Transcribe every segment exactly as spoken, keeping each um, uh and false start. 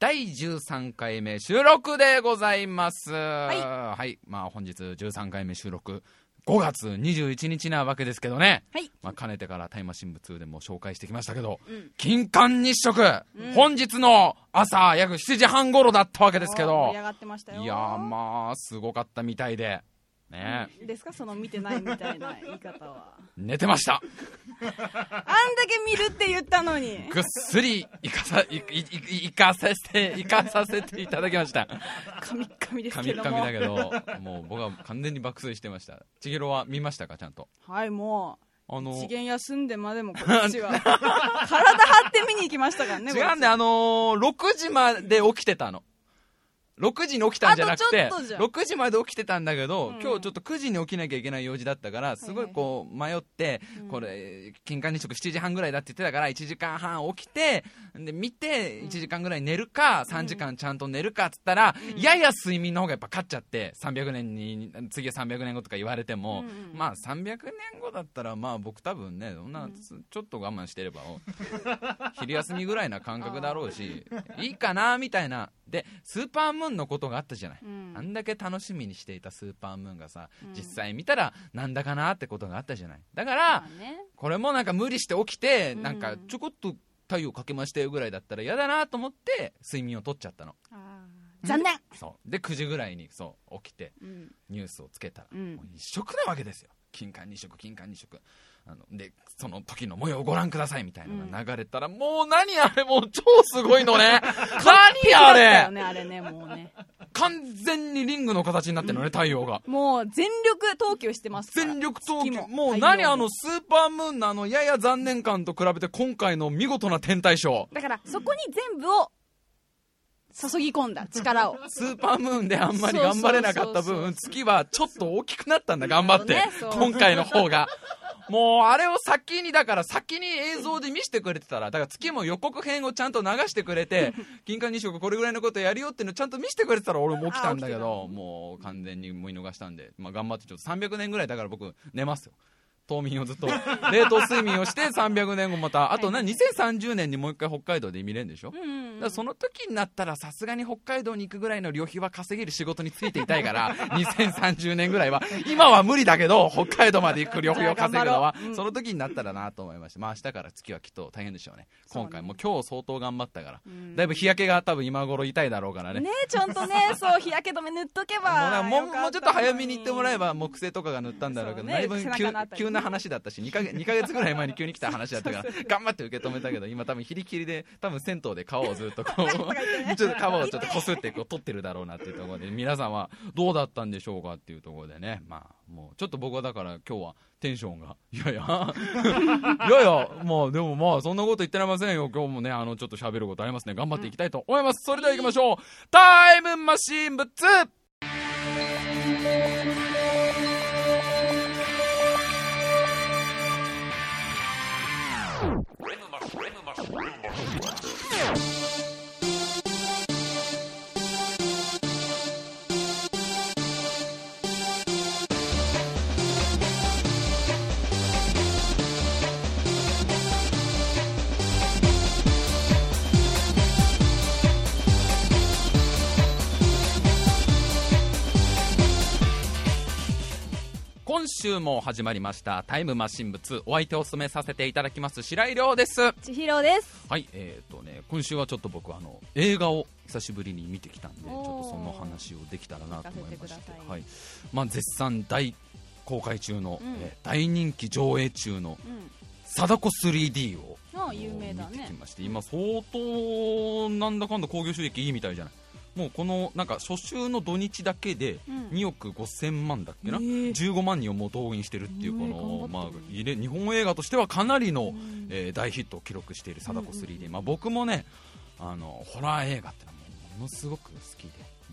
だいじゅうさんかいめ収録でございます。 はい、 はい、まあ本日じゅうさんかいめ収録ごがつにじゅういちにちなわけですけどね、 はい、 まあ、かねてからタイムマシン部ツーでも紹介してきましたけど、 うん、 金環日食、 うん、 本日の朝約しちじはん頃だったわけですけど、 盛り上がってましたよ。 いやーまあすごかったみたいでね。 ですかその見てないみたいな言い方は。 寝てました。 あんだけ見るって言ったのにぐっすりいかさいいいいかさせていかさせていただきました。 カミッカミですけども、 カミッカミだけどもう僕は完全に爆睡してました。千尋は見ましたかちゃんと。 はい、もうあの一元休んでまでもこっちは体張って見に行きましたからね。 違うんで、あのー、ろくじまで起きてたの。ろくじに起きたんじゃなくてろくじまで起きてたんだけど、うん、今日ちょっとくじに起きなきゃいけない用事だったからすごいこう迷って、はいはいはい、これ金環日食しちじはんぐらいだって言ってたからいちじかんはん起きてで見ていちじかんぐらい寝るか、うん、さんじかんちゃんと寝るかっつったら、うん、やや睡眠の方がやっぱ勝っちゃってさんびゃくねんに次はさんびゃくねんごとか言われても、うん、まあさんびゃくねんごだったらまあ僕多分ねそんなちょっと我慢してれば、うん、昼休みぐらいな感覚だろうしいいかなみたいな。でスーパームーンのことがあったじゃない、うん、あんだけ楽しみにしていたスーパームーンがさ、うん、実際見たらなんだかなってことがあったじゃない。だから、ね、これもなんか無理して起きて、うん、なんかちょこっと太陽かけましたよぐらいだったら嫌だなと思って睡眠を取っちゃったの。 あ残念。 そうでくじぐらいにそう起きて、うん、ニュースをつけたら、うん、もう一色なわけですよ。金環日食金環日食あのでその時の模様をご覧くださいみたいなのが流れたら、うん、もう何あれもう超すごいのね何あれ、 ね、あれねもうね完全にリングの形になってるのね、うん、太陽がもう全力投球してますから。 全力投球も, もう何あのスーパームーンのあのやや残念感と比べて今回の見事な天体ショーだからそこに全部を注ぎ込んだ力をスーパームーンであんまり頑張れなかった分月はちょっと大きくなったんだ頑張って、ね、今回の方がもうあれを先にだから先に映像で見せてくれてたらだから月も予告編をちゃんと流してくれて金環日食これぐらいのことやるよっていうのをちゃんと見せてくれてたら俺も起きたんだけどもう完全に見逃したんで、まあ、頑張ってちょっとさんびゃくねんぐらいだから僕寝ますよ。冬眠をずっと冷凍睡眠をしてさんびゃくねんごまたあとねにせんさんじゅうねんにもう一回北海道で見れるんでしょ、うんうんうん、だからその時になったらさすがに北海道に行くぐらいの旅費は稼げる仕事に就いていたいからにせんさんじゅうねんぐらいは今は無理だけど北海道まで行く旅費を稼ぐのはその時になったらなと思いました。まあ明日から月はきっと大変でしょうね。今回も今日相当頑張ったから、うん、だいぶ日焼けが多分今頃痛いだろうからねねちゃんとねそう日焼け止め塗っとけばもう、もう、もうちょっと早めに行ってもらえば木星とかが塗ったんだろうけどだいぶ急、急な話だったしにかげつにかげつぐらい前に急に来た話だったから頑張って受け止めたけど今多分ヒリキリで多分銭湯で顔をずっとこうちょっと顔をちょっとこすってこう取ってるだろうなっていうところで皆さんはどうだったんでしょうかっていうところでね。まあもうちょっと僕はだから今日はテンションがいやいやいやいやまあでもまあそんなこと言ってられませんよ。今日もねあのちょっと喋ることありますね。頑張っていきたいと思います。それでは行きましょう。タイムマシン部ツー。今週も始まりましたタイムマシン部ツー。お相手を務めさせていただきます白井亮です。 千尋です。 はい、えーとね、今週はちょっと僕はあの映画を久しぶりに見てきたんでちょっとその話をできたらなと思いまして、はい、まあ、絶賛大公開中の、うん、えー、大人気上映中の、うん、貞子 スリーディー を有名だ、ね、 見てきまして、今相当なんだかんだ興行収益いいみたいじゃない。もうこのなんか初週の土日だけでにおくごせんまんだっけな、うん、じゅうごまんにんをもう動員してるっていうこの、まあ、日本映画としてはかなりの、うん、えー、大ヒットを記録している貞子 スリーディー、まあ、僕もねあのホラー映画ってのはものすごく好きでもうそれこ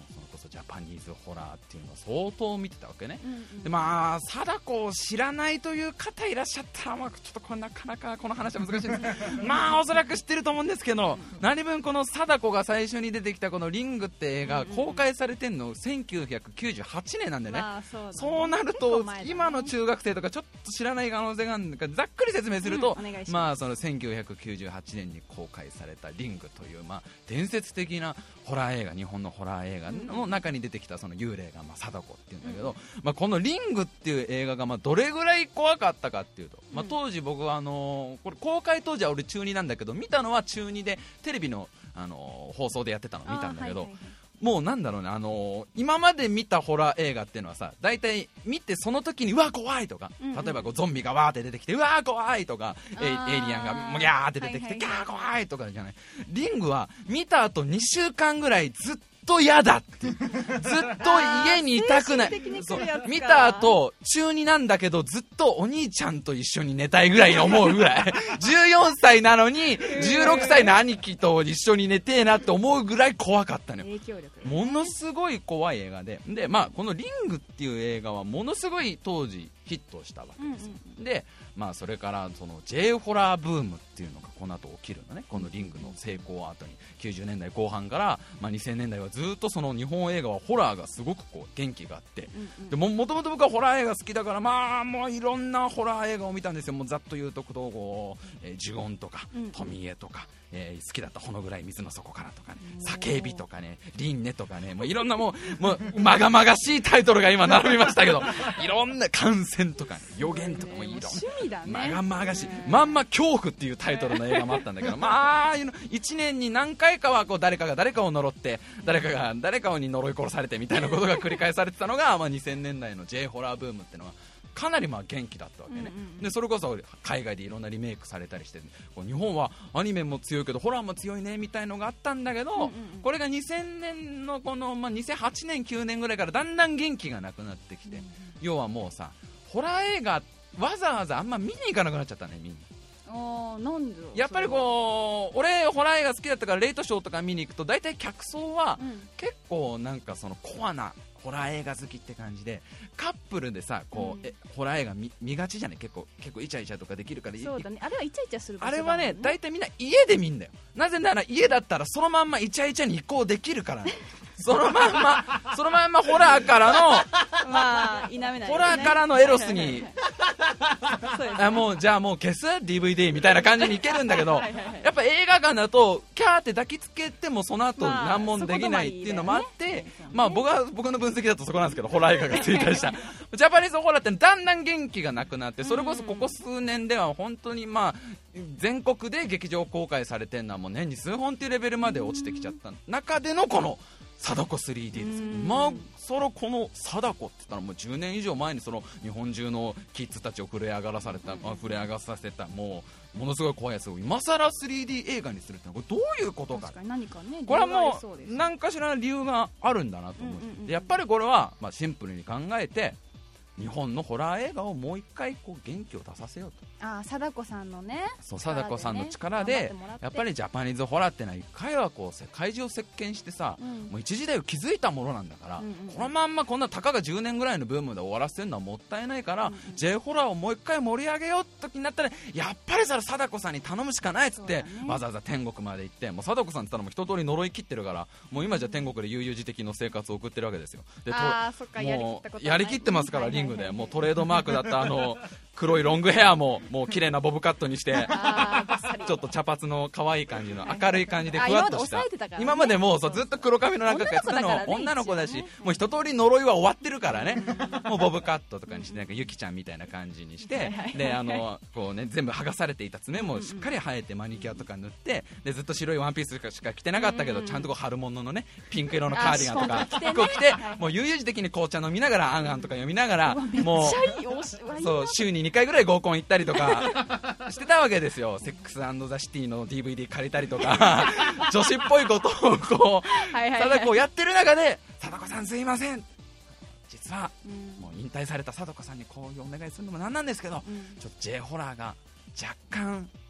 そジャパニーズホラーっていうのを相当見てたわけね、 うんうん、 でまあ貞子を知らないという方いらっしゃったら、まあ、ちょっとこれなかなかこの話は難しいんですまあおそらく知ってると思うんですけど、何分この貞子が最初に出てきたこのリングって映画公開されてんのせんきゅうひゃくきゅうじゅうはちねんなんでね、まあ そうだね、そうなると、ね、今の中学生とかちょっと知らない可能性があるんだからざっくり説明すると、うん、まあそのせんきゅうひゃくきゅうじゅうはちねんに公開されたリングという、まあ、伝説的なホラー映画、日本のホラー映画の中に出てきたその幽霊がまあ貞子っていうんだけど、うんまあ、このリングっていう映画がまあどれぐらい怖かったかっていうと、まあ、当時僕はあのー、これ公開当時は俺中になんだけど見たのは中にでテレビの、あのー、放送でやってたのを見たんだけど、はいはいはい、もうなんだろうね、あのー、今まで見たホラー映画っていうのはさ、大体見てその時にうわ怖いとか、うんうん、例えばこうゾンビがわーって出てきてうわー怖いとか、エイ、エイリアンがもうギャーって出てきて、はいはい、ギャー怖いとかじゃない。リングは見た後にしゅうかんぐらいずっとずっと嫌だってずっと家にいたくないそう見た後中になんだけどずっとお兄ちゃんと一緒に寝たいぐらい思うぐらいじゅうよんさいなのにじゅうろくさいの兄貴と一緒に寝てえなって思うぐらい怖かったのよ。ものすごい怖い映画で、で、まあ、このリングっていう映画はものすごい当時ヒットしたわけですよ、うんうん、で、まあ、それからその J ホラーブームっていうのがこの後起きるのね。このリングの成功を後にきゅうじゅうねんだいこう半から、まあ、にせんねんだいはずっとその日本映画はホラーがすごくこう元気があって、うんうん、でももともと僕はホラー映画好きだから、まあもういろんなホラー映画を見たんですよ。もうざっと言うとこう、えー、ジュゴンとか、うんうん、トミエとか、えー、好きだったほのぐらい水の底からとかね、叫びとかね、リンネとかね、もういろんなもう、もうまがまがしいタイトルが今並びましたけどいろんな感染とか、ね、予言とかもいろんな趣味だね、 まがまがしい、まんま恐怖っていうタイトルの映画もあったんだけどまあいちねんに何回かはこう誰かが誰かを呪って誰かが誰かに呪い殺されてみたいなことが繰り返されてたのが、まあ、にせんねんだいの J ホラーブームっていうのはかなりまあ元気だったわけね、うんうん、でそれこそ海外でいろんなリメイクされたりして、こう日本はアニメも強いけどホラーも強いねみたいのがあったんだけど、うんうんうん、これがにせんねんのこの、まあ、にせんはちねんきゅうねんぐらいからだんだん元気がなくなってきて、うんうん、要はもうさホラー映画わざわざあんま見に行かなくなっちゃったね、みんな。 あなんでやっぱりこう俺ホラー映画好きだったからレイトショーとか見に行くと大体客層は結構なんかそのコアなホラー映画好きって感じで、カップルでさこう、うん、えホラー映画 見, 見がちじゃない。結構結構イチャイチャとかできるから。 そうだね、あれはイチャイチャする場所だもんね。あれはね大体みんな家で見んだよ。なぜなら家だったらそのまんまイチャイチャに移行できるからそのまんまそのまんまホラーからのまあ否めない、ね、 ホラーからのエロスにあもうじゃあもう消す ディーブイディー みたいな感じにいけるんだけどはいはい、はい、やっぱ映画館だとキャーって抱きつけてもその後何もできないっていうのもあって、まあ、僕は僕の分析だとそこなんですけど、ホラー映画が追加したジャパニーズホラーってだんだん元気がなくなって、それこそここ数年では本当にまあ全国で劇場公開されてるのはもう年に数本っていうレベルまで落ちてきちゃった中でのこの貞子 スリーディー です。今更この貞子って言ったらもうじゅうねん以上前にその日本中のキッズたちを震え上がらされた、まあ、震え上がらさせたもうものすごい怖いやつを今更 スリーディー 映画にするってのはこれどういうことか。 確かに何かね、 これはもう何かしらの理由があるんだなと思う、うんうんうん、でやっぱりこれはまあシンプルに考えて日本のホラー映画をもう一回こう元気を出させようと。 ああ貞子さんのね、 そう貞子さんの力でやっぱりジャパニーズホラーってのは一回はこう世界中を席巻してさ、うん、もう一時代を築いたものなんだから、うんうん、このまんまこんなたかがじゅうねんぐらいのブームで終わらせるのはもったいないから、うんうん、J ホラーをもう一回盛り上げようって時になったらやっぱりそれ貞子さんに頼むしかないっつって、ね、わざわざ天国まで行って、もう貞子さんって言ったらもう一通り呪い切ってるからもう今じゃ天国で悠々自適の生活を送ってるわけですよ。であそっか、 もうやりきってますから、リングでもうトレードマークだったあの黒いロングヘアももう綺麗なボブカットにしてちょっと茶髪の可愛い感じの明るい感じでふわっとした、今までもうそうずっと黒髪の中やってたの女の子だし、もう一通り呪いは終わってるからねもうボブカットとかにしてなんかユキちゃんみたいな感じにしてであのこうね全部剥がされていた爪もしっかり生えてマニキュアとか塗ってでずっと白いワンピースしか着てなかったけどちゃんとこう春物のねピンク色のカーディガンとか服を着てもう悠々自適に紅茶飲みながらあんあんとか読みながらもうそう週ににかいぐらい合コン行ったりとかしてたわけですよ。セックス&ザ・シティの ディーブイディー 借りたりとか女子っぽいことをこうはいはい、はい、貞子をやってる中で貞子さんすいません、実は、うん、もう引退された貞子さんにこういうお願いするのもなんなんですけど、うん、ちょっと J ホラーが若干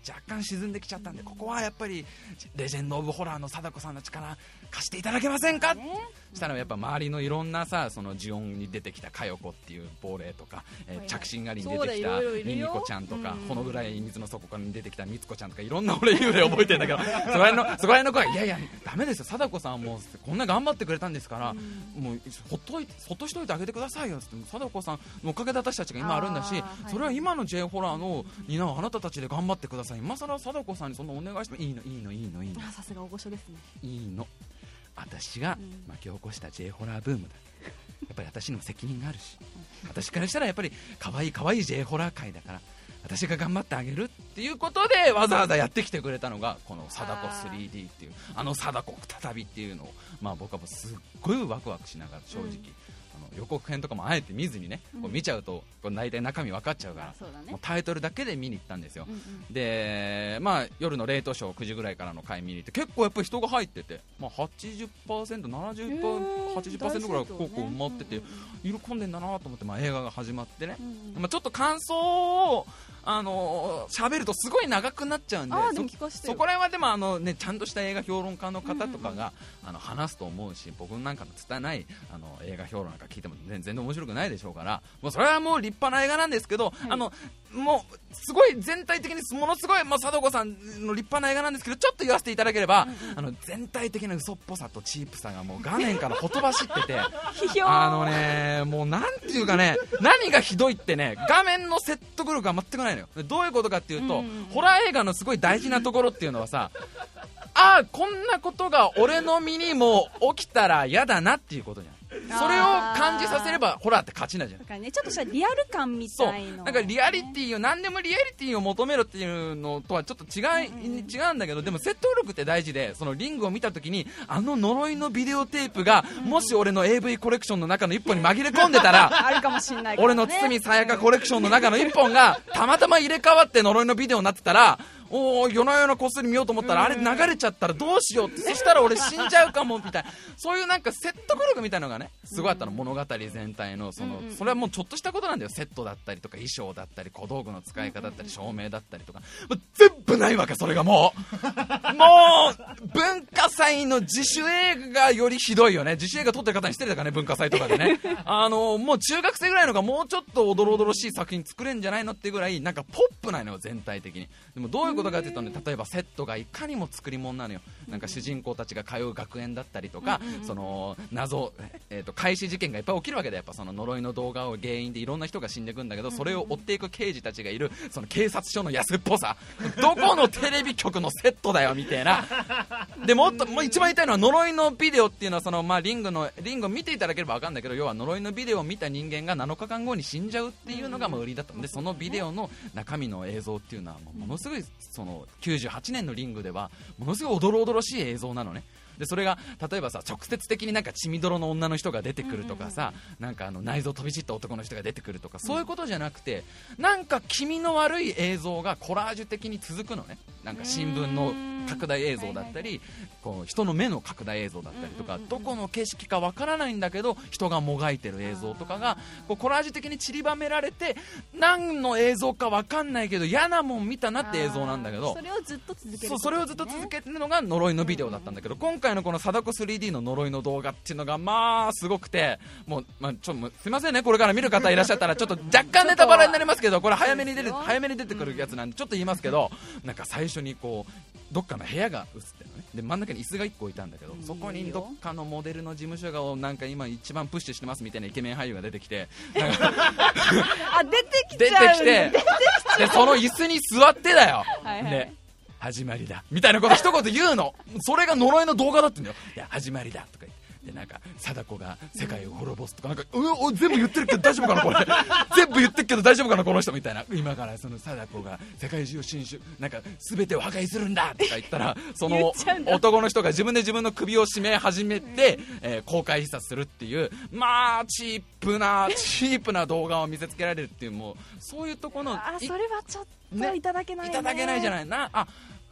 若干沈んできちゃったんで、ここはやっぱりレジェンド・オブ・ホラーの貞子さんの力貸していただけませんか、ね、したらやっぱ周りのいろんなさ、その呪音に出てきた佳代子っていう亡霊とか、えー、着信狩りに出てきたミミコちゃんとか、このぐらい水の底からに出てきたみつこちゃんとか、いろんな俺幽霊覚えてるんだけどそこら辺のそこら辺の子は、いやいやダメですよ、貞子さんもうこんな頑張ってくれたんですから、うん、もうほっといてほっとしといてあげてくださいよって、貞子さんのおかげで私たちが今あるんだし、それは今の J ホラーの担うあなたたちで頑張ってください、今更貞子さんにそんなお願いしてもいいのいいのいいのいいの、 さすが大御所ですね、 いいの、私が巻き起こした J ホラーブームだ、やっぱり私にも責任があるし、私からしたらやっぱり可愛い可愛い J ホラー界だから私が頑張ってあげるっていうことでわざわざやってきてくれたのがこの貞子 スリーディー っていう、あの貞子再びっていうのを、まあ、僕はもうすっごいワクワクしながら正直、うん、あの予告編とかもあえて見ずにね、こう見ちゃうとこう大体中身分かっちゃうから、うん、もうタイトルだけで見に行ったんですよ、うんうん、で、まあ、夜のレートショーくじぐらいからの回見に行って結構やっぱり人が入ってて、まあ、はちじゅっパーセント、ななじゅっパーセント、はちじゅっパーセント ぐらい結構埋まってて、喜んでんだなと思って、まあ、映画が始まってね、うんうん、まあ、ちょっと感想をあのー、喋るとすごい長くなっちゃうんで、そ, そこら辺はでもあの、ね、ちゃんとした映画評論家の方とかが、うんうんうん、あの話すと思うし、僕なんかの拙いあの映画評論なんか聞いても全然面白くないでしょうから、もうそれはもう立派な映画なんですけど、はい、あのもうすごい全体的にものすごい、まあ、貞子さんの立派な映画なんですけど、ちょっと言わせていただければ、うんうん、あの全体的な嘘っぽさとチープさがもう画面からほとばしっててあのね、もうなんていうかね、何がひどいってね、画面の説得力が全くないのよ。どういうことかっていうと、うん、ホラー映画のすごい大事なところっていうのはさああこんなことが俺の身にも起きたら嫌だなっていうことじゃん。それを感じさせればホラーって勝ちなんじゃん。だからね、ちょっとしたリアル感みたいの、ね、 そうなんかリアリティを何でもリアリティを求めるっていうのとはちょっと違い、うんうん、違うんだけど、でも説得力って大事で、そのリングを見た時にあの呪いのビデオテープが、うん、もし俺の エーブイ コレクションの中の一本に紛れ込んでたらあるかもしんないからね、 俺の堤さやかコレクションの中の一本がたまたま入れ替わって呪いのビデオになってたら、おー夜な夜なこっそり見ようと思ったらあれ流れちゃったらどうしようって、そしたら俺死んじゃうかもみたいな、そういうなんか説得力みたいなのがねすごいあったの、物語全体のその、それはもうちょっとしたことなんだよ。セットだったりとか衣装だったり小道具の使い方だったり照明だったりとか、もう全部ないわけ。それがもうもう文化祭の自主映画よりひどいよね。自主映画撮ってる方に失礼だからね、文化祭とかでねあのもう中学生ぐらいのがもうちょっとおどろおどろしい作品作れんじゃないのっていうぐらいなんかポップなのよ全体的に。でもどういうことかというとね、例えばセットがいかにも作り物なのよ。なんか主人公たちが通う学園だったりとか、うんうんうん、その謎、えーと、開始事件がいっぱい起きるわけで、やっぱその呪いの動画を原因でいろんな人が死んでいくんだけど、それを追っていく刑事たちがいるその警察署の安っぽさどこのテレビ局のセットだよみたいな。でもっともう一番言いたいのは、呪いのビデオっていうのはその、まあ、リングのリングを見ていただければ分かるんだけど、要は呪いのビデオを見た人間がなのかかんごに死んじゃうっていうのがもう売りだったんで、そのビデオの中身の映像っていうのはものすごい、そのきゅうじゅうはちねんのリングではものすごいおどろおどろしい映像なのね。でそれが例えばさ、直接的になんか血みどろの女の人が出てくるとかさ、なんかあの内臓飛び散った男の人が出てくるとか、そういうことじゃなくて、なんか気味の悪い映像がコラージュ的に続くのね。なんか新聞の拡大映像だったり、こう人の目の拡大映像だったりとか、どこの景色かわからないんだけど人がもがいてる映像とかがこうコラージュ的に散りばめられて、何の映像かわかんないけど嫌なもん見たなって映像なんだけど、 それをずっと続ける、 そう、それをずっと続けるのが呪いのビデオだったんだけど、今回のこの貞子 スリーディー の呪いの動画っていうのがまあすごくて、もう、まあ、ちょっとすいませんね、これから見る方いらっしゃったらちょっと若干ネタバレになりますけど、これ早めに出る早めに出てくるやつなんでちょっと言いますけど、なんか最初にこうどっかの部屋が映ってるのね。で真ん中に椅子がいっこ置いたんだけど、そこにどっかのモデルの事務所がなんか今一番プッシュしてますみたいなイケメン俳優が出てきてなんかあ出てきちゃう、 出てきて、でその椅子に座ってだよ、はいはい、で始まりだみたいなこと一言言うの。それが呪いの動画だってんだよ。いや始まりだとか言って、でなんか貞子が世界を滅ぼすとか、なんかうお全部言ってるけど大丈夫かなこれ全部言ってるけど大丈夫かなこの人みたいな、今からその貞子が世界中を侵襲なんか全てを破壊するんだとか言ったら、その男の人が自分で自分の首を絞め始めて、えー、公開視察するっていう、まあチープなチープな動画を見せつけられるっていう、もうそういうところの、 あそれはちょっといただけない、ね、 いただけないじゃないなあ。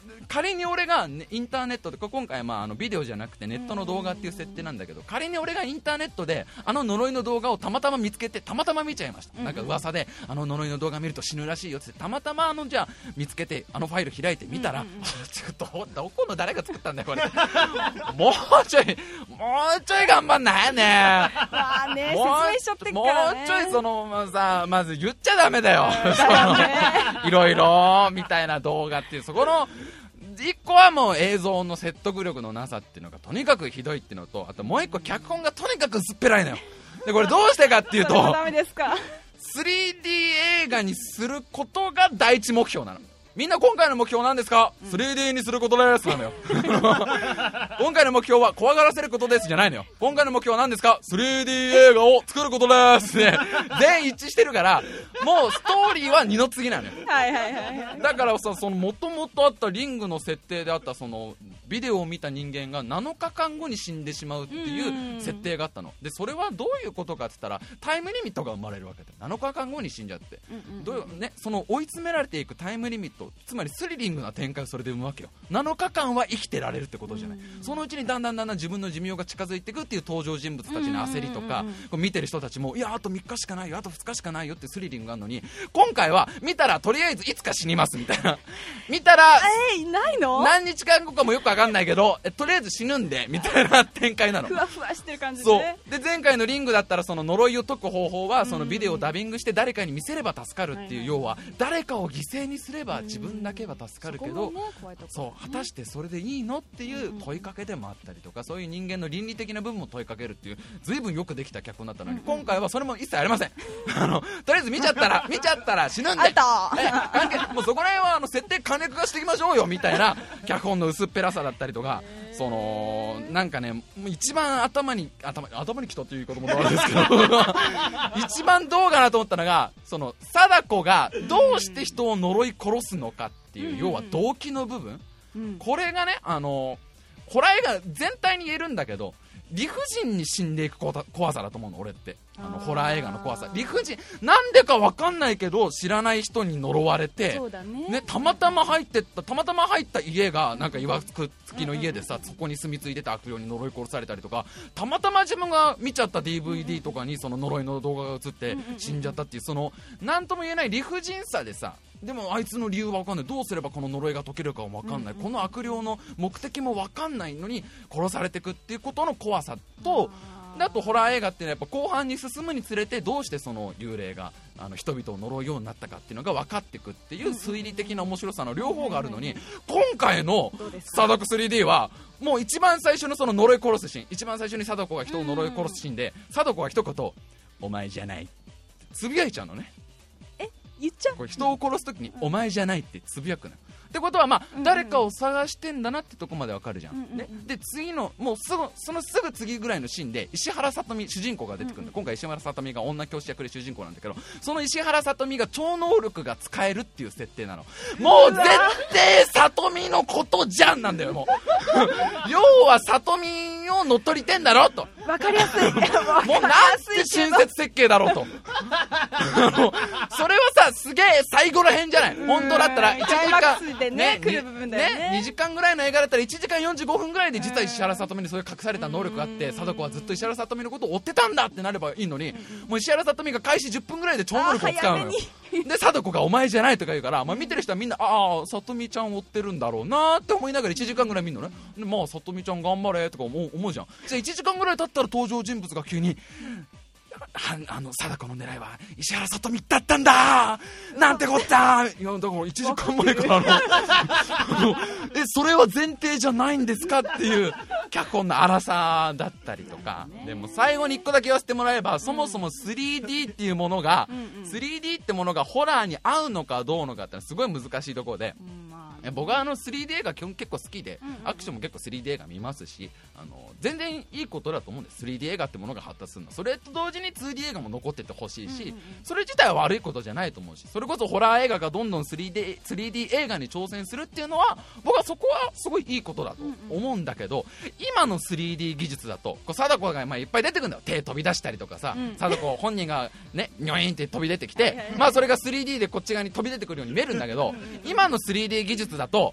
仮に俺が、ね、インターネットで今回、まあ、あのビデオじゃなくてネットの動画っていう設定なんだけど、仮に俺がインターネットであの呪いの動画をたまたま見つけてたまたま見ちゃいました、うんうん、なんか噂であの呪いの動画見ると死ぬらしいよってたまたまあのじゃあ見つけてあのファイル開いてみたら、うんうんうん、ちょっとどこの誰が作ったんだよこれもうちょいもうちょい頑張んないねまあね、説明しちゃってっからね、 もうちょいその、まあ、さまず言っちゃダメだよいろいろみたいな動画っていうそこの一個はもう映像の説得力のなさっていうのがとにかくひどいっていうのと、あともう一個脚本がとにかく薄っぺらいのよ。でこれどうしてかっていうとダメですかスリーディー 映画にすることが第一目標なの。みんな今回の目標なんですか、うん、スリーディー にすることですなのよ今回の目標は怖がらせることですじゃないのよ。今回の目標は何ですか スリーディー 映画を作ることですね全員一致してるからもうストーリーは二の次なのよはいはいはい、はい、 だからさ、その元々あったリングの設定であったそのビデオを見た人間がなのかかんごに死んでしまうっていう設定があったので、それはどういうことかって言ったらタイムリミットが生まれるわけで、なのかかんごに死んじゃって、うんうん、どうね、その追い詰められていくタイムリミット、つまりスリリングな展開をそれで生むわけよ。なのかかんは生きてられるってことじゃない、うん、そのうちにだんだんだんだん自分の寿命が近づいていくっていう登場人物たちの焦りとか、うんうんうん、こう見てる人たちもいやあとみっかしかないよあとふつかしかないよってスリリングがあるのに、今回は見たらとりあえずいつか死にますみたいな見たらえー、いないの何日間後かもよくわかんないけどえとりあえず死ぬんでみたいな展開なの。 ふわふわしてる感じで、ね、 そうで前回のリングだったらその呪いを解く方法はそのビデオをダビングして誰かに見せれば助かるっていう、うん、要は誰かを犠牲にすれば自分だけは助かるけど、うん、そう果たしてそれでいいのっていう問いかけでもあったりとか、そういう人間の倫理的な部分も問いかけるっていう随分よくできた脚本だったのに、うん、今回はそれも一切ありませんあのとりあえず見ちゃったら見ちゃったら死ぬんでえ関係もうそこら辺はあの設定金化していきましょうよみたいな脚本の薄っぺらさだったりとか、そのなんかね一番頭に頭に頭にきたという言い方もどうなんですけど一番どうかなと思ったのが、その貞子がどうして人を呪い殺すのかっていう、要は動機の部分、うん、これがねあのホラー映画全体に言えるんだけど理不尽に死んでいく怖さだと思うの俺って。あのホラー映画の怖さ、理不尽なんでか分かんないけど知らない人に呪われて、 そうだね、 ね、たまたま入ってったたまたま入った家がなんかいわくつきの家でさ、そこに住み着いてた悪霊に呪い殺されたりとか、たまたま自分が見ちゃった ディーブイディー とかにその呪いの動画が映って死んじゃったっていう、そのなんとも言えない理不尽さでさ、でもあいつの理由は分かんない、どうすればこの呪いが解けるかも分かんない、この悪霊の目的も分かんないのに殺されていくっていうことの怖さと、だとホラー映画っていうのはやっぱ後半に進むにつれてどうしてその幽霊があの人々を呪うようになったかっていうのが分かっていくっていう推理的な面白さの両方があるのに、今回の貞子 スリーディー はもう一番最初のその呪い殺すシーン、一番最初に貞子が人を呪い殺すシーンで貞子が一言お前じゃないってつぶやいちゃうのね。 え言っちゃう、 これ人を殺すときにお前じゃないってつぶやくのってことは、まあ、誰かを探してんだなってとこまでわかるじゃん、うんうん、で, で次のもうすぐそのすぐ次ぐらいのシーンで石原さとみ主人公が出てくるんだ、うんうん、今回石原さとみが女教師役で主人公なんだけど、その石原さとみが超能力が使えるっていう設定なの。もう絶対さとみのことじゃんなんだよもう要はさとみを乗っ取りてんだろと、 わかりやすいもうなんて親切設計だろうとそれはさすげえ最後らへんじゃない、本当だったらいちじかんね、来る部分だよね。 ね、にじかんぐらいの映画だったらいちじかんよんじゅうごふんぐらいで実は石原さとみにそういう隠された能力があって、貞子はずっと石原さとみのことを追ってたんだってなればいいのに、もう石原さとみが開始じゅっぷんぐらいで超能力を使うのよ。で貞子がお前じゃないとか言うから、まあ、見てる人はみんなああさとみちゃん追ってるんだろうなって思いながらいちじかんぐらい見るのね。でまあさとみちゃん頑張れとか思う、思うじゃん。じゃあいちじかんぐらい経ったら登場人物が急にはあの貞子の狙いは石原さとみだったんだなんてこったいやだからいちじかんまえからあのえそれは前提じゃないんですかっていう脚本の荒さだったりとか、でも最後にいっこだけ言わせてもらえば、そもそも スリーディー っていうものが スリーディー ってものがホラーに合うのかどうのかってのはすごい難しいところで、僕はあの スリーディー 映画基本結構好きで、アクションも結構 スリーディー 映画見ますし、あの全然いいことだと思うんです。 スリーディー 映画ってものが発達するの、それと同時に ツーディー 映画も残っててほしいし、それ自体は悪いことじゃないと思うし、それこそホラー映画がどんどん スリーディー スリーディー 映画に挑戦するっていうのは僕はそこはすごいいいことだと思うんだけど、今の スリーディー 技術だとこう貞子がまあいっぱい出てくるんだよ、手飛び出したりとかさ、貞子本人がねニョインって飛び出てきて、まあそれが スリーディー でこっち側に飛び出てくるように見えるんだけど、今の スリーディー 技術だと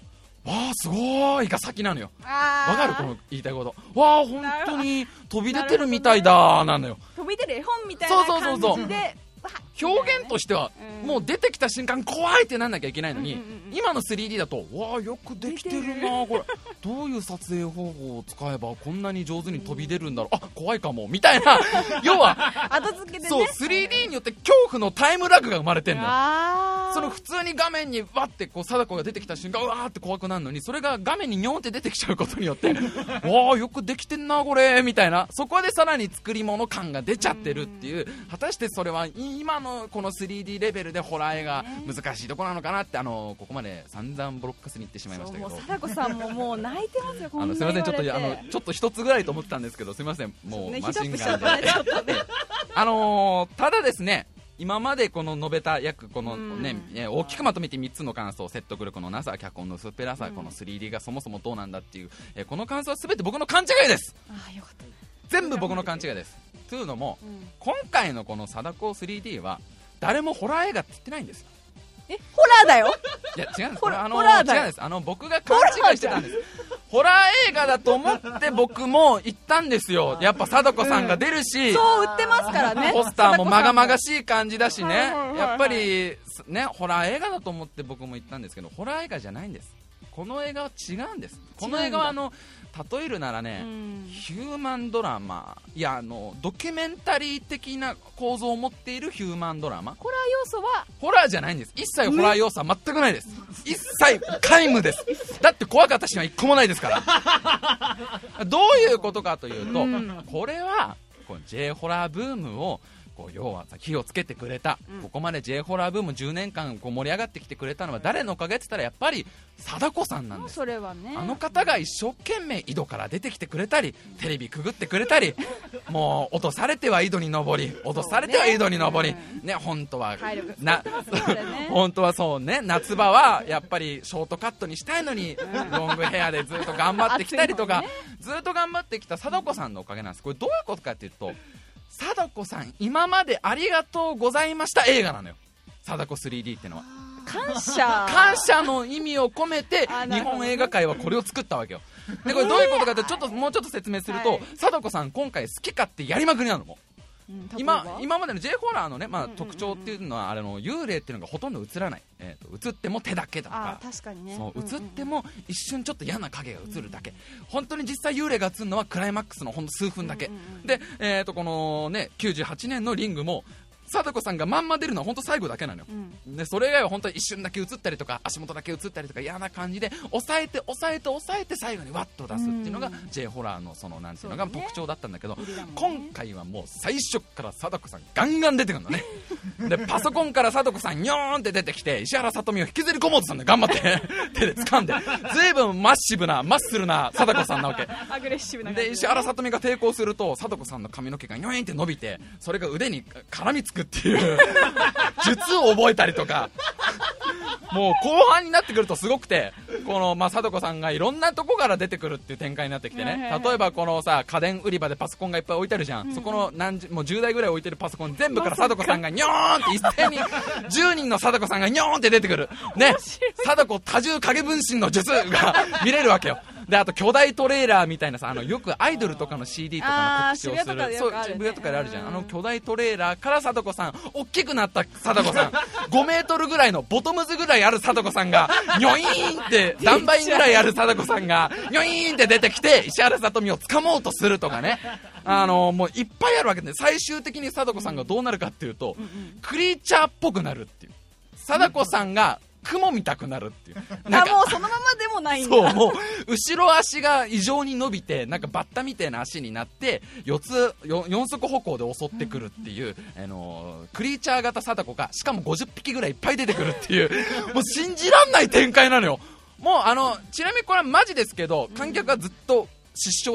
あーすごーいが先なのよ。わかるこの言いたいこと。わー本当に飛び出てるみたいだーなのよ。 飛び出る絵本みたいな感じで。 そうそうそうそう表現としては、うん、もう出てきた瞬間怖いってなんなきゃいけないのに、うんうんうん、今の スリーディー だとわあよくできてるなこれどういう撮影方法を使えばこんなに上手に飛び出るんだろう、あ怖いかもみたいな要は後付けでね、 そう スリーディー によって恐怖のタイムラグが生まれてんのよ。その普通に画面にわってこう貞子が出てきた瞬間うわーって怖くなるのに、それが画面にニョンって出てきちゃうことによってわあよくできてんなこれみたいな、そこでさらに作り物感が出ちゃってるっていう、果たしてそれは今のこの スリーディー レベルでホラー映画難しいところなのかなって、あのここまで散々ブロックスに行ってしまいましたけど、 貞子さんももう泣いてますよ。こんなあのすみません、ちょっとあのちょっと一つぐらいと思ってたんですけど、すみません、もう、ね、マシンガンで、ねあのー、ただですね、今までこの述べた約この、ね、え大きくまとめてみっつの感想、説得力のなさ、脚本の薄っぺらさ、この スリーディー がそもそもどうなんだっていう、えこの感想は全て僕の勘違いです。 あよかった。 全部僕の勘違いです。というのも、うん、今回のこの貞子 スリーディー は誰もホラー映画って言ってないんですよ。 えホラーだよ。 いや違うんです、これあの違うんです、あの僕が勘違いしてたんです。ホラー映画だと思って僕も行ったんですよ。やっぱ貞子さんが出るし、 うん、そう売ってますからね。 ポスターもまがまがしい感じだしね、やっぱりねホラー映画だと思って僕も行ったんですけど、ホラー映画じゃないんです。この映画は違うんです。この映画はあの例えるならね、ヒューマンドラマ、いやあのドキュメンタリー的な構造を持っているヒューマンドラマ。 ホラー要素はホラーじゃないんです。一切ホラー要素は全くないです。一切皆無です。だって怖かったシーンは一個もないですからどういうことかというと、これはこの J ホラーブームを要は火をつけてくれた、うん、ここまで J ホラーブームじゅうねんかんこう盛り上がってきてくれたのは誰のおかげって言ったらやっぱり貞子さんなんです。 それはね、 あの方が一生懸命井戸から出てきてくれたり、テレビくぐってくれたり、もう落とされては井戸に登り、落とされては井戸に登り、ね、本当はな本当はそうね、夏場はやっぱりショートカットにしたいのに、うん、ロングヘアでずっと頑張ってきたりとか、ね、ずっと頑張ってきた貞子さんのおかげなんです。これどういうことかっていうと、貞子さん今までありがとうございました映画なのよ、貞子 スリーディー ってのは。 感謝感謝の意味を込めて日本映画界はこれを作ったわけよ。でこれどういうことかってちょっともうちょっと説明すると、はい、貞子さん今回好き勝手やりまくりなのも、うん、今, 今までの J ホラーの、ねまあ、特徴っていうのは、あれの幽霊っていうのがほとんど映らない、えー、と映っても手だけだとか、 あ確かにね、 そう映っても一瞬ちょっと嫌な影が映るだけ、うんうん、本当に実際幽霊が映るのはクライマックスのほんの数分だけ、うんうんうん、で、えー、とこの、ね、きゅうじゅうはちねんのリングも貞子さんがまんま出るのは本当最後だけなのよ、うん、でそれ以外は本当に一瞬だけ映ったりとか足元だけ映ったりとか嫌な感じで抑えて抑えて抑えて最後にワッと出すっていうのが J ホラーのそのなんていうのが特徴だったんだけど、ね、今回はもう最初から貞子さんガンガン出てくるのねでパソコンから貞子さんニョーンって出てきて石原さとみを引きずり込もうとしたんで頑張って手で掴んで、ずいぶんマッシブなマッスルな貞子さんなわけアグレッシブなで、石原さとみが抵抗すると貞子さんの髪の毛がニョーンって伸びて、それが腕に絡みつくっていう術を覚えたりとかもう後半になってくるとすごくて、この、まあ、貞子さんがいろんなとこから出てくるっていう展開になってきてね、例えばこのさ家電売り場でパソコンがいっぱい置いてあるじゃん、うん、そこの何もうじゅうだいぐらい置いてるパソコン全部から貞子さんがニョーンって一斉にじゅうにんの貞子さんがニョーンって出てくるね、貞子多重影分身の術が見れるわけよ。であと巨大トレーラーみたいなさ、あのよくアイドルとかの シーディー とかの告知をする、そう渋谷とかであるじゃん、あの巨大トレーラーから貞子さん、大きくなった貞子さんごメートルぐらいのボトムズぐらいある貞子さんがニョイーンって何倍ぐらいある貞子さんがニョイーンって出てきて石原さとみを掴もうとするとかね、あのもういっぱいあるわけで、最終的に貞子さんがどうなるかっていうと、クリーチャーっぽくなるっていう、貞子さんが雲見たくなるっていう、 あもうそのままでもないんだ。 そう、もう後ろ足が異常に伸びてなんかバッタみたいな足になって四つ四足歩行で襲ってくるっていう、あのー、クリーチャー型貞子がしかもごじゅっぴきぐらいいっぱい出てくるっていうもう信じらんない展開なのよ。もうあのちなみにこれはマジですけど観客はずっと失笑です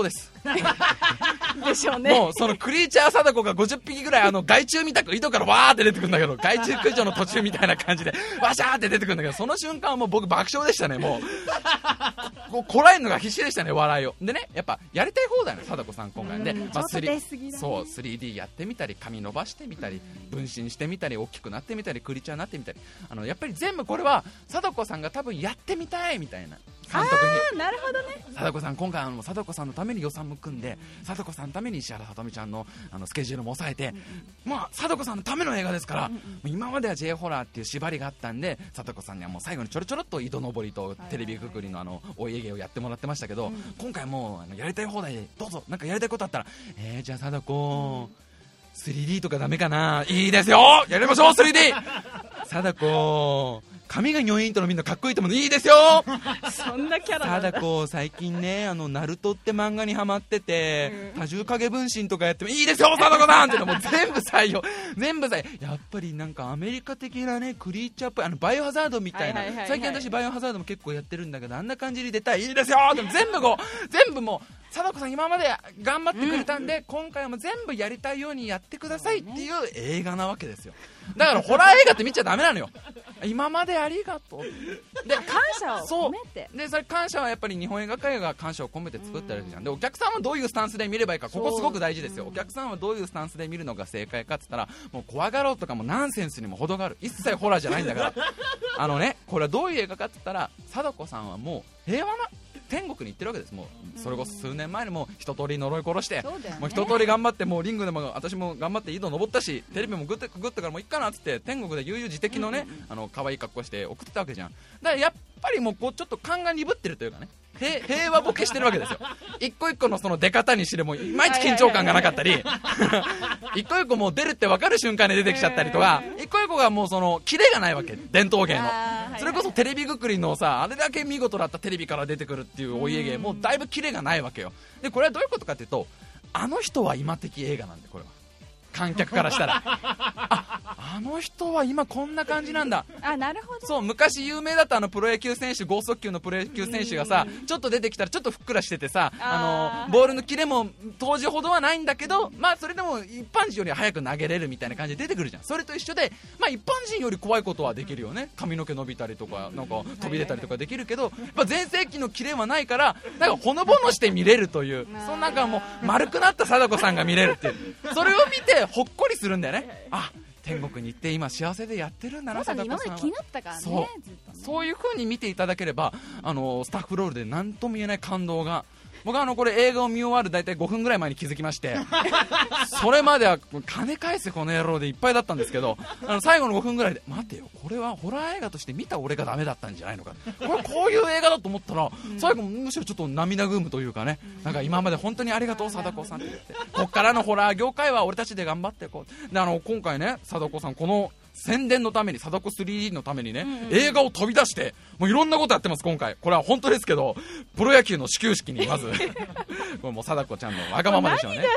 でしょうね。 もうそのクリーチャー貞子がごじゅっぴきぐらいあの害虫みたく井戸からわーって出てくるんだけど、害虫駆除の途中みたいな感じでわしゃーって出てくるんだけど、その瞬間はもう僕爆笑でしたね。もうここらえるのが必死でしたね、笑いを。でね、やっぱやりたい放題の貞子さん今回で、まあ、スリー そう スリーディー やってみたり、髪伸ばしてみたり、分身してみたり、大きくなってみたり、クリーチャーになってみたり、あのやっぱり全部これは貞子さんが多分やってみたいみたいな監督に。 なるほどね。 貞子さん今回あの貞子さんのために予算も組んで、貞子さんのために石原さとみちゃんのあのスケジュールも抑えて、まあ貞子さんのための映画ですから、今までは J ホラーっていう縛りがあったんで、貞子さんにはもう最後にちょろちょろっと井戸登りとテレビくくりのあのお家芸をやってもらってましたけど、今回もうあのやりたい放題でどうぞ、なんかやりたいことあったら、えー、じゃあ貞子 スリーディー とかダメかな。いいですよ、やりましょう スリーディー 貞子髪がニョインとのみんなかっこいいと思うのいいですよ。 そんなキャラなんだ。 ただこう最近ね、あのナルトって漫画にハマってて、うん、多重影分身とかやってもいいですよ貞子さんってのも全部採用全部採用。やっぱりなんかアメリカ的なねクリーチャーっぽい、あのバイオハザードみたいな、はいはいはいはい、最近私バイオハザードも結構やってるんだけど、あんな感じに出たい、いいですよって全部こう全部もう貞子さん今まで頑張ってくれたんで、うん、今回も全部やりたいようにやってくださいっていう映画なわけですよ。だからホラー映画って見ちゃダメなのよ。今までありがとうで感謝を込めて、 でそれ感謝はやっぱり日本映画界が感謝を込めて作ってるわけじゃん。でお客さんはどういうスタンスで見ればいいか、ここすごく大事ですよ。お客さんはどういうスタンスで見るのが正解かって言ったら、もう怖がろうとかもナンセンスにも程がある、一切ホラーじゃないんだからあのね、これはどういう映画かって言ったら、貞子さんはもう平和な天国に行ってるわけです。もうそれこそ数年前にも一通り呪い殺して、ね、もう一通り頑張って、もうリングでも私も頑張って井戸登ったし、テレビもグッてグッてからもういっかなっつって天国で悠々自適のね、うんうん、あの可愛い格好して送ってたわけじゃん。だからやっぱりもうこうちょっと勘が鈍ってるというかね、平, 平和ボケしてるわけですよ。一個一個のその出方にしてもいまいち緊張感がなかったり一個一個もう出るって分かる瞬間に出てきちゃったりとか、一個一個がもうそのキレがないわけ、伝統芸の。それこそテレビくりのさ、あれだけ見事だったテレビから出てくるっていうお家芸、もうだいぶキレがないわけよ。でこれはどういうことかっていうと、あの人は今的映画なんで、これは観客からしたらあ, あの人は今こんな感じなんだ。 あ、なるほど。 そう、昔有名だったあのプロ野球選手、剛速球のプロ野球選手がさ、ちょっと出てきたらちょっとふっくらしててさ、あのボールのキレも当時ほどはないんだけど、まあそれでも一般人より早く投げれるみたいな感じで出てくるじゃん。それと一緒で、まあ一般人より怖いことはできるよね。髪の毛伸びたりとか、なんか飛び出たりとかできるけど、まあ全盛期のキレはないから、なんかほのぼのして見れるという、そのなんかもう丸くなった貞子さんが見れるっていう、それを見てほっこりするんだよね。あ、天国に行って今幸せでやってるんだな、貞子さんは。 今まで気になったからね。 そう、 ずっとね、 そういう風に見ていただければ、あのスタッフロールで何とも言えない感動が、僕はあのこれ映画を見終わる大体ごふんぐらい前に気づきましてそれまでは金返せこの野郎でいっぱいだったんですけど、あの最後のごふんぐらいで、待てよ、これはホラー映画として見た俺がダメだったんじゃないのか、これこういう映画だと思ったら、最後むしろちょっと涙ぐむというかね、なんか今まで本当にありがとう貞子さんって言って、こっからのホラー業界は俺たちで頑張っていこうで、あの今回ね、貞子さんこの宣伝のために、貞子 スリーディー のためにね、うんうん、映画を飛び出してもういろんなことやってます今回。これは本当ですけど、プロ野球の始球式にまずこれもう貞子ちゃんのわがままでしょうね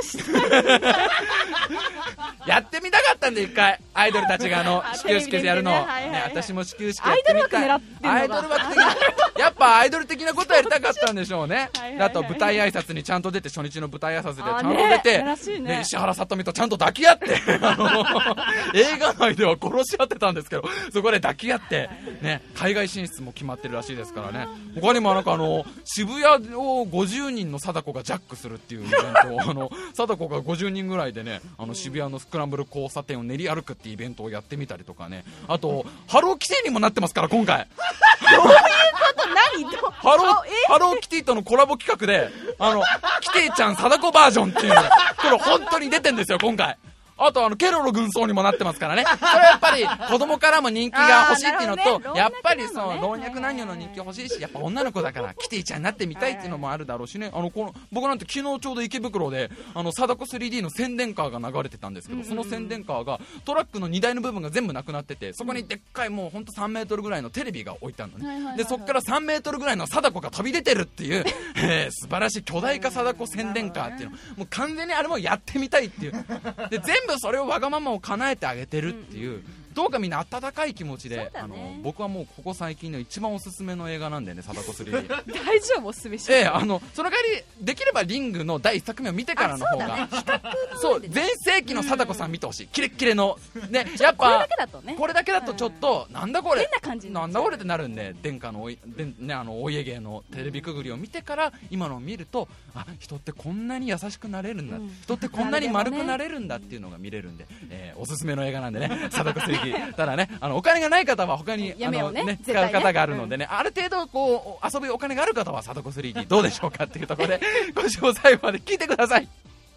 やってみたかったんで、一回アイドルたちがあの始球式でやるの、ねはいはいはい、私も始球式やってみたい。アイドル枠的なやっぱアイドル的なことやりたかったんでしょうねはいはい、はい、あと舞台挨拶にちゃんと出て、初日の舞台挨拶でちゃんと出て、ねねね、石原さとみとちゃんと抱き合ってあの映画内では殺し合ってたんですけど、そこで抱き合って、ね、海外進出も決まってるらしいですからね。他にもなんかあの渋谷をごじゅうにんの貞子がジャックするっていうイベントをあの貞子がごじゅうにんぐらいでね、あの渋谷のスクランブル交差点を練り歩くっていうイベントをやってみたりとかね、あとハローキティにもなってますから今回どういうこと何ハロー、ハローキティとのコラボ企画で、あのキティちゃん貞子バージョンっていうのがこれ本当に出てんですよ今回。あとあのケロロ軍曹にもなってますからね。それはやっぱり子供からも人気が欲しいっていうのと、ね、やっぱりそう老若男女の人気欲しいし、やっぱ女の子だからキティちゃんになってみたいっていうのもあるだろうしね。あのこの僕なんて昨日ちょうど池袋であの貞子 スリーディー の宣伝カーが流れてたんですけど、その宣伝カーがトラックの荷台の部分が全部なくなってて、そこにでっかいもうほんとさんメートルぐらいのテレビが置いてあるのね。でそっからさんメートルぐらいの貞子が飛び出てるっていう、えー、素晴らしい巨大化貞子宣伝カーっていうの、もう完全にあれもやってみたいっていうで、全部それをわがままを叶えてあげてるっていう、うん、 どうかみんな温かい気持ちで、 ね、 あの僕はもうここ最近の一番おすすめの映画なんでね、貞子 スリーディー大丈夫おすすめしええ、あのその代わりできればリングのだいいっさくめを見てからの方が、 ね、 そう全盛期の貞子さん見てほしい、キレッキレのね、やっぱこれだけだとね、これだけだとちょっと、うん、なんだこれ変な感じなんだこれってなるんで、殿下のおい、でね、あのお家芸のテレビくぐりを見てから今のを見ると、あ、人ってこんなに優しくなれるんだ、うん、人ってこんなに丸くなれるんだっていうのが見れるんで、えー、おすすめの映画なんでね、貞子 スリーディー ただね、あのお金がない方は他にあの、ねね、使う方があるのでね、うん、ある程度こう遊ぶお金がある方は貞子 スリーディー どうでしょうかっていうところで今週も最後まで聞いてください。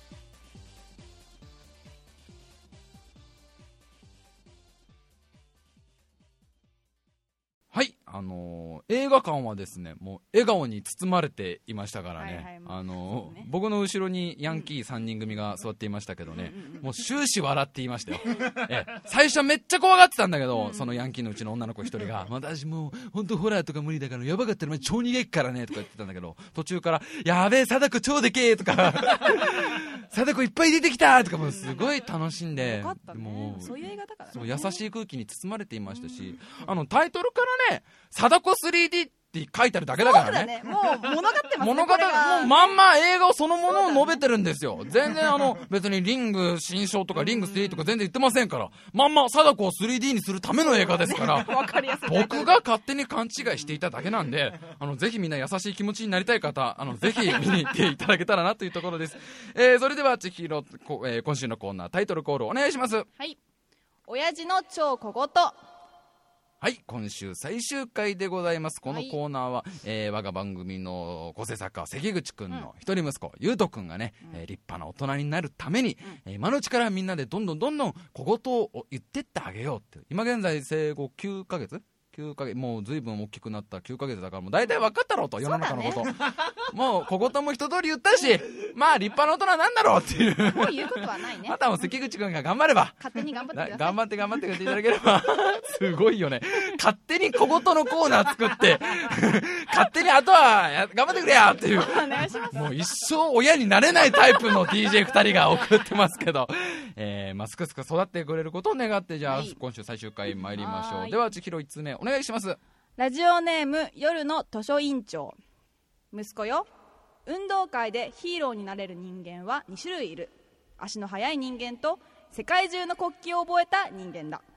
はい、あのー、映画館はですね、もう笑顔に包まれていましたからね、はいはい、あのーね、僕の後ろにヤンキーさんにん組が座っていましたけどね、うん、もう終始笑っていましたよえ最初はめっちゃ怖がってたんだけど、うん、そのヤンキーのうちの女の子一人が私もう本当ホラーとか無理だからやばかったら超逃げっからねとか言ってたんだけど、途中からやべえ貞子超でけえとか貞子いっぱい出てきたとか、もうすごい楽しんで、 よかったね、もうそういう映画だからね、 そう優しい空気に包まれていましたし、あのタイトルからね、貞子 スリーディー って書いてあるだけだからね。 そうだね、もう物語ってますね。 物語、もうまんま映画そのものを述べてるんですよ。全然あの別にリング新章とかリングスリーとか全然言ってませんから、まんま貞子を スリーディー にするための映画ですから、 わかりやすい。 僕が勝手に勘違いしていただけなんで、あのぜひみんな優しい気持ちになりたい方、あのぜひ見に行っていただけたらなというところです。えー、それでは千尋、えー、今週のコーナータイトルコールお願いします。 はい。親父の超小言。 はい、今週最終回でございます。このコーナーは、はい、えー、我が番組の構成作家関口くんの一人息子、うん、ゆうとくんがね、うん、えー、立派な大人になるために、うん、えー、今のうちからみんなでどんどんどんどん小言を言ってってあげようって。今現在生後きゅうかげつきゅうかげつ、もう随分大きくなったきゅうかげつだから、もう大体分かったろうと、世の中のこと、ね、もう小言も一通り言ったし、まあ立派な大人なんだろうっていう、 もう言うことはないね。 またも関口くんが頑張れば、 勝手に頑張ってください。 頑張って頑張ってやっていただければすごいよね、勝手に小言のコーナー作って勝手にあとはや頑張ってくれやっていう、 お願いします。 もう一生親になれないタイプの ディージェーふたりが送ってますけど、えー、まあすくすく育ってくれることを願って、じゃあ、はい、今週最終回参りましょう。では千尋いつつめお願いします。 ラジオネーム夜の図書委員長。息子よ、運動会でヒーローになれる人間はに種類いる。足の速い人間と世界中の国旗を覚えた人間だ。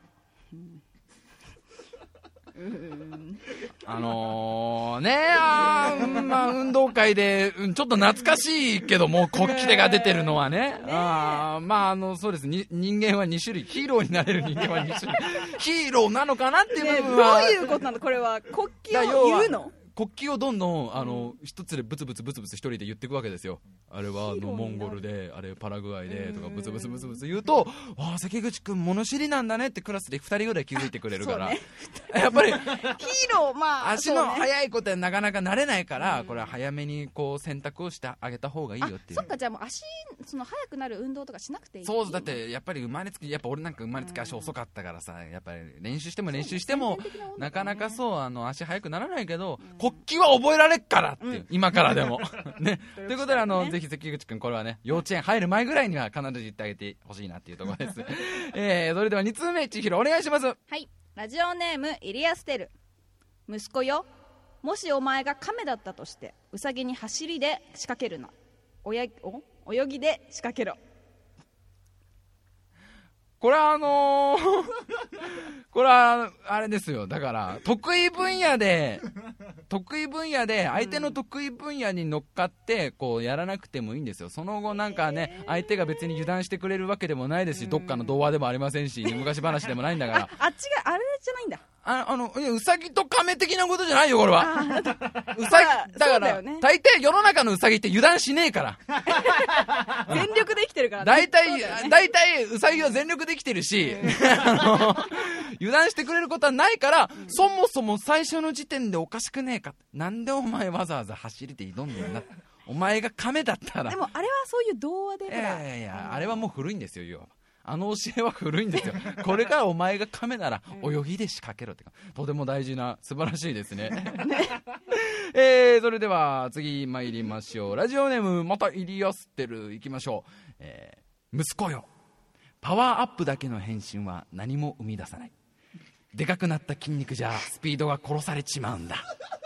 うんあのー、ねあー、まあ、運動会で、うん、ちょっと懐かしいけども国旗が出てるのはね、あまああのそうですに、人間はに種類、ヒーローになれる人間はに種類ヒーローなのかなっていう部分は、 ね、どういうことなのこれは。国旗を言うの？ 国旗をどんどんあの、うん、一つでブツブツブツブツ一人で言っていくわけですよ。あれはあのモンゴルで、あれパラグアイでとかブツブツブツブツ言うと、ああ関口くん物知りなんだねってクラスでふたりぐらい気づいてくれるから、ね、やっぱりヒーロー、まあ足の速いことはなかなか慣れないから、ね、これは早めにこう選択をしてあげた方がいいよっていう。 そっか、じゃあもう足その速くなる運動とかしなくていい。 そうだって、やっぱり生まれつき、やっぱ俺なんか生まれつき足遅かったからさ、やっぱり練習しても練習しても、ね、なかなかそうあの足速くならないけど、うん、国旗は覚えられっからっていう、うん、今からでもねということで、あのぜひ関口くんこれはね、幼稚園入る前ぐらいには必ず言ってあげてほしいなっていうところですえー、それではにつうめ千尋お願いします。 はい、ラジオネームイリアステル。息子よ、もしお前が亀だったとしてウサギに走りで仕掛けるな。おやお泳ぎで仕掛けろ。 これはあのー、これはあれですよ、だから得意分野で得意分野で相手の得意分野に乗っかってこうやらなくてもいいんですよ。その後なんかね、相手が別に油断してくれるわけでもないですし、どっかの童話でもありませんし、昔話でもないんだから。 あ, あっちがあれじゃないんだ。 ああのいやウサギとカメ的なことじゃないよこれは。ウサギだから、ね、大抵世の中のウサギって油断しねえから全力で生きてるから、ね、 大体大体ウサギは全力で生きてるしあの油断してくれることはないから、うん、そもそも最初の時点でおかしくねえか、なんでお前わざわざ走りで挑んでんだお前がカメだったら。 でもあれはそういう童話で、 いやいやいや、あれはもう古いんですよ。要はあの教えは古いんですよこれからお前がカメなら泳ぎで仕掛けろってか、とても大事な素晴らしいですねえー、それでは次参りましょう。ラジオネームまたイリアステルいきましょう。えー、息子よ、 パワーアップだけの変身は何も生み出さない。でかくなった筋肉じゃスピードが殺されちまうんだ。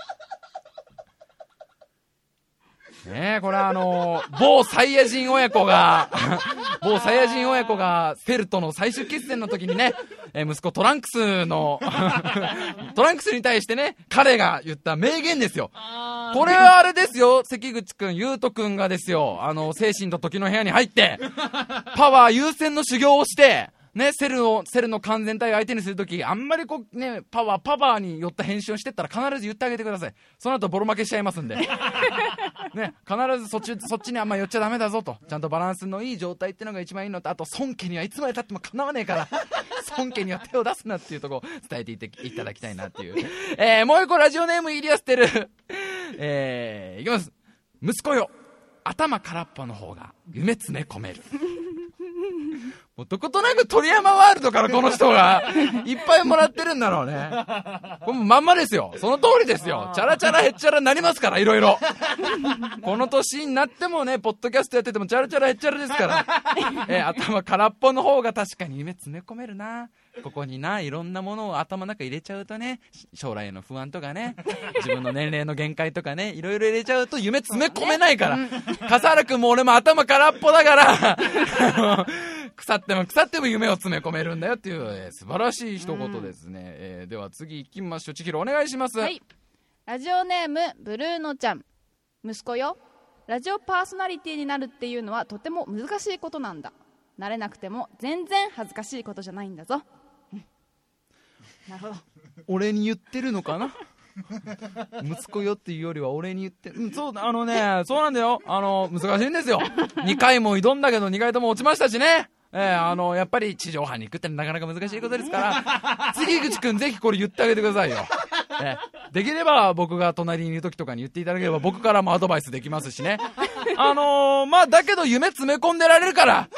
ねえ、これはあのー、某サイヤ人親子が某サイヤ人親子がセルとの最終決戦の時にね、えー、息子トランクスのトランクスに対してね、彼が言った名言ですよ。これはあれですよ、関口くん、ゆうとくんがですよ、あの精神と時の部屋に入ってパワー優先の修行をしてね、セルをセルの完全体を相手にするとき、あんまりこうね、パワーパワーによった編集をしてったら必ず言ってあげてください。その後ボロ負けしちゃいますんでね、必ずそっちそっちにあんま寄っちゃダメだぞと、ちゃんとバランスのいい状態っていうのが一番いいのと、あと孫家にはいつまで経ってもかなわねえから孫家には手を出すなっていうところを伝えていていただきたいなっていう、えー、もう一個ラジオネームイリアステルえー、いきます。息子よ、頭空っぽの方が夢詰め込める。もうどことなく鳥山ワールドからこの人がいっぱいもらってるんだろうね。これもまんまですよ。その通りですよ。チャラチャラヘッチャラになりますから、いろいろ。この年になってもね、ポッドキャストやっててもチャラチャラヘッチャラですから。えー、頭空っぽの方が確かに夢詰め込めるな。ここにないろんなものを頭の中入れちゃうとね、将来への不安とかね、自分の年齢の限界とかね、いろいろ入れちゃうと夢詰め込めないから。笠原くんも俺も頭空っぽだから腐っても腐っても夢を詰め込めるんだよっていう、えー、素晴らしい一言ですね、えー、では次行きましょう。千尋お願いします。 はい、ラジオネームブルーノちゃん。息子よ、ラジオパーソナリティになるっていうのはとても難しいことなんだ。慣れなくても全然恥ずかしいことじゃないんだぞ、うん、なるほど。 俺に言ってるのかな息子よっていうよりは俺に言って、うん、そうあのね、そうなんだよ、あの難しいんですよ。にかいも挑んだけどにかいとも落ちましたしね。えー、あのやっぱり地上波に行くってなかなか難しいことですから関口くんぜひこれ言ってあげてくださいよ、えー、できれば僕が隣にいる時とかに言っていただければ僕からもアドバイスできますしね。あのー、まあだけど夢詰め込んでられるから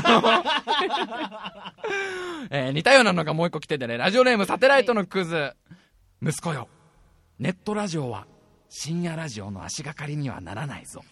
えー、似たようなのがもう一個来ててね、ラジオネームサテライトのクズ、はい、息子よ、ネットラジオは深夜ラジオの足がかりにはならないぞ。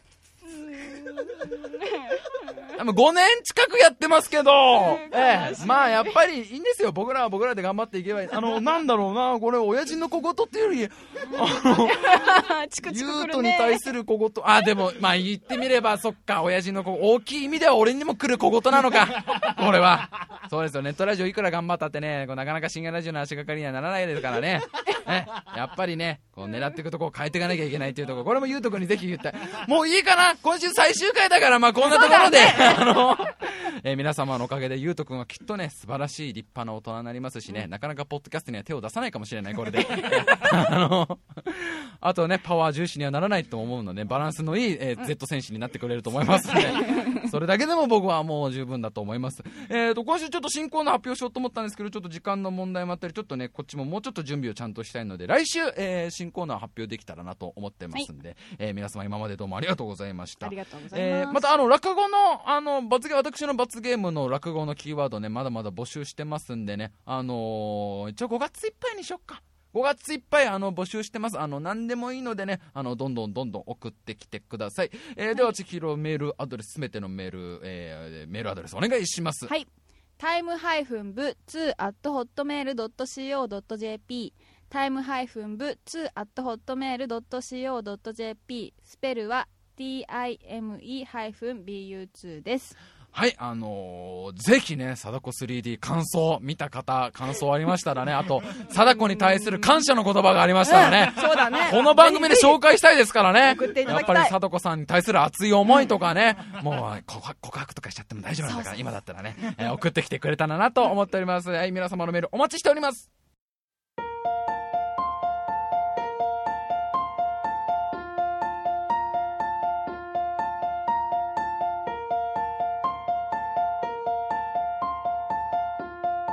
ごねん近くやってますけど、ええ、まあやっぱりいいんですよ。僕らは僕らで頑張っていけばいい。あのなんだろうな、これ親父の小言っていうよりあのユートに対する小言、あでもまあ言ってみればそっか、親父の小言、大きい意味では俺にも来る小言なのかこれはそうですよ。ネットラジオいくら頑張ったってね、こうなかなか深夜ラジオの足がかりにはならないですからね。ね、やっぱりね、こう狙っていくとこを変えていかなきゃいけないというところ、これもゆうとくんにぜひ言ったい。もういいかな、今週最終回だから、まあこんなところで、あの、えー、皆様のおかげでゆうとくんはきっとね、素晴らしい立派な大人になりますしね、うん、なかなかポッドキャストには手を出さないかもしれない、これで。あの、あとね、パワー重視にはならないと思うので、バランスのいい、えー、Z 戦士になってくれると思いますので、それだけでも僕はもう十分だと思います。えーと、今週ちょっと新コーナー発表しようと思ったんですけど、ちょっと時間の問題もあったり、ちょっとね、こっちももうちょっと準備をちゃんとしたいので、来週、えー、新コーナー発表できたらなと思ってますんで、はい、えー、皆様今までどうもありがとうございました。 ありがとうございます。 えー、またあの落語のあの罰ゲーム、私の罰ゲームの落語のキーワードね、まだまだ募集してますんでね、あのー、一応ごがついっぱいにしよっか。ごがついっぱいあの募集してます。あの何でもいいのでね、あのどんどんどんどん送ってきてください。えーはい、では千尋メールアドレス、すべてのメール、えー、メールアドレスお願いします。 はい、タイムハイフンブツーアットホットメールドットシーオードットジェーピー、タイムハイフンブツーアットホットメールドットシーオードットジェーピー、スペルは ティーアイエムイービーユーツー です。 はい、あのー、ぜひね、貞子 スリーディー 感想見た方、感想ありましたらね、あと貞子に対する感謝の言葉がありましたらね、 うん、そうだね、 この番組で紹介したいですからね。 送っていただきたい。 やっぱり貞子さんに対する熱い思いとかね、もう告白とかしちゃっても大丈夫なんだから、今だったらね、えー、送ってきてくれたらなと思っております。はい、皆様のメールお待ちしております。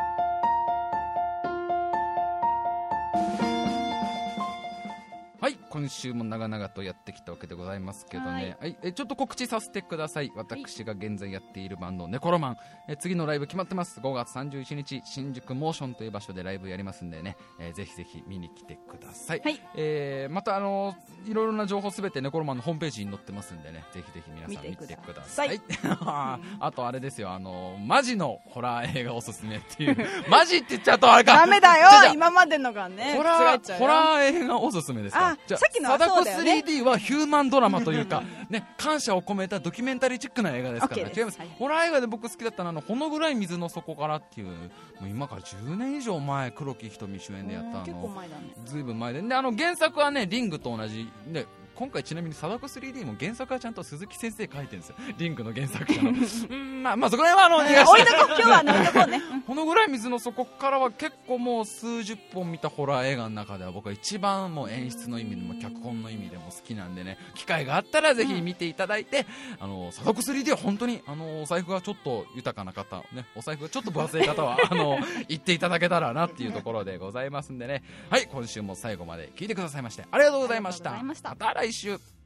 今今週も長々とやってきたわけでございますけどね、 はいはい、えちょっと告知させてください。私が現在やっているバンドネコロマン、え次のライブ決まってます。ごがつさんじゅういちにち新宿モーションという場所でライブやりますんでね、えー、ぜひぜひ見に来てください、 はい、 えー、またあのいろいろな情報すべてネコロマンのホームページに載ってますんでね、ぜひぜひ皆さん見てください。 見てくだあとあれですよ、あのマジのホラー映画おすすめっていうマジって言っちゃうとあれかダメだよ今までのがねホラー、ホラー映画おすすめですか。 あ、じゃあさっきのはそうだよね。 貞子 スリーディー はヒューマンドラマというかね、感謝を込めたドキュメンタリーチックな映画ですからね。違います、はい、ホラー映画で僕好きだったのはあのほの暗い水の底からっていう、もう今からじゅうねん以上前、黒木瞳主演でやったあの結構前だね、 ずいぶん前で、であの原作はねリングと同じで、今回ちなみに貞子 スリーディー も原作はちゃんと鈴木先生書いてるんですよ、リングの原作者のうんまあ、まあそこら辺はあの、 えー、置いとこう今日は置いとこうねこのぐらい水の底からは結構もう数十本見たホラー映画の中では僕は一番もう演出の意味でも脚本の意味でも好きなんでね、機会があったらぜひ見ていただいて、うん、あの貞子 スリーディー は本当にあのお財布がちょっと豊かな方、ね、お財布がちょっと分厚い方はあの言っていただけたらなっていうところでございますんでね、はい、今週も最後まで聞いてくださいましてありがとうございました。 ました。 また来週。